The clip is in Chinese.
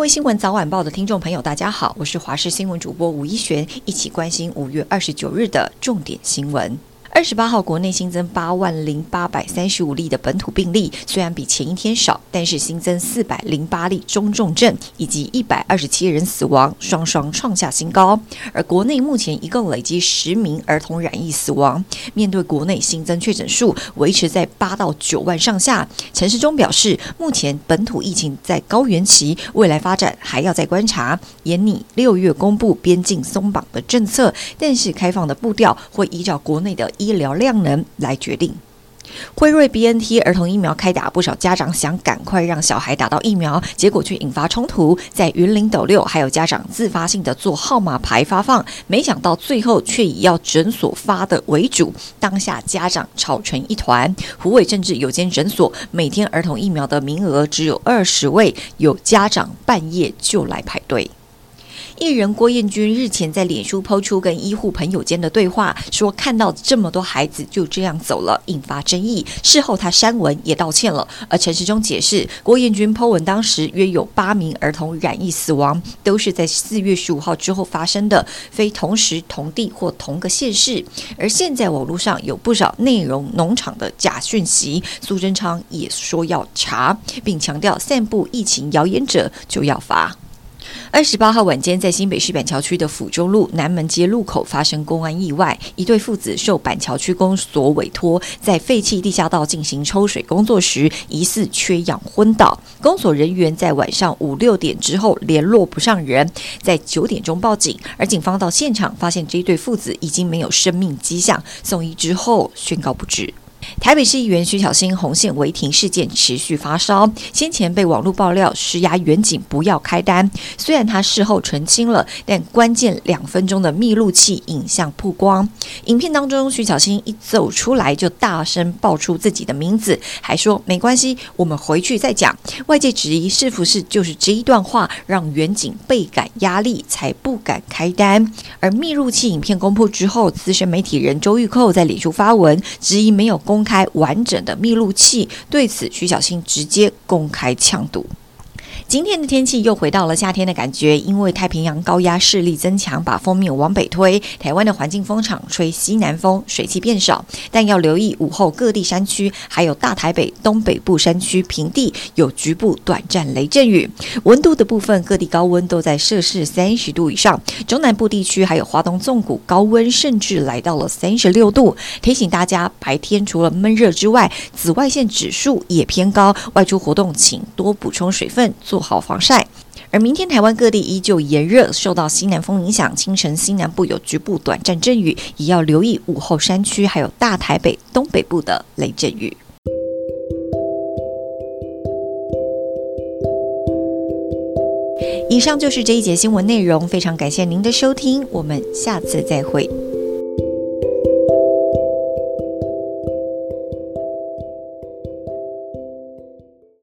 位新闻早晚报的听众朋友大家好，我是华视新闻主播吴一璇，一起关心5月29日的重点新闻。28号国内新增80835例的本土病例，虽然比前一天少，但是新增408例中重症，以及127人死亡，双双创下新高。而国内目前一共累积10名儿童染疫死亡。面对国内新增确诊数维持在8到9万上下，陈时中表示，目前本土疫情在高原期，未来发展还要再观察。研拟6月公布边境松绑的政策，但是开放的步调会依照国内的医疗量能来决定。辉瑞 BNT 儿童疫苗开打，不少家长想赶快让小孩打到疫苗，结果却引发冲突。在云林斗六，还有家长自发性的做号码牌发放，没想到最后却以要诊所发的为主，当下家长吵成一团。虎尾甚至有间诊所每天儿童疫苗的名额只有20位，有家长半夜就来排队。艺人郭彥均日前在脸书抛出跟医护朋友间的对话，说看到这么多孩子就这样走了，引发争议。事后他删文也道歉了，而陈时中解释，郭彥均 po 文当时约有8名儿童染疫死亡，都是在4月15号之后发生的，非同时同地或同个县市。而现在网络上有不少内容农场的假讯息，苏贞昌也说要查，并强调散布疫情谣言者就要罚。28号晚间，在新北市板桥区的府中路南门街路口发生公安意外，一对父子受板桥区公所委托，在废弃地下道进行抽水工作时，疑似缺氧昏倒。公所人员在晚上5、6点之后联络不上人，在9点钟报警，而警方到现场发现这一对父子已经没有生命迹象，送医之后宣告不治。台北市议员徐巧芯红线违停事件持续发烧，先前被网络爆料施压远警不要开单，虽然他事后澄清了，但关键2分钟的密录器影像曝光。影片当中，徐巧芯一走出来就大声爆出自己的名字，还说没关系，我们回去再讲。外界质疑是不是就是这一段话让远警倍感压力，才不敢开单。而密录器影片公布之后，资深媒体人周玉蔻在脸书发文质疑没有公开完整的密录器，对此徐巧芯直接公开呛堵。今天的天气又回到了夏天的感觉，因为太平洋高压势力增强，把锋面往北推，台湾的环境风场吹西南风，水汽变少，但要留意午后各地山区还有大台北东北部山区平地有局部短暂雷阵雨。温度的部分，各地高温都在摄氏30度以上，中南部地区还有花东纵谷高温甚至来到了36度。提醒大家，白天除了闷热之外，紫外线指数也偏高，外出活动请多补充水分，做好防晒。而明天台湾各地依旧炎热，受到西南风影响，清晨西南部有局部短暂阵雨，也要留意午后山区还有大台北东北部的雷阵雨。以上就是这一节新闻内容，非常感谢您的收听，我们下次再会。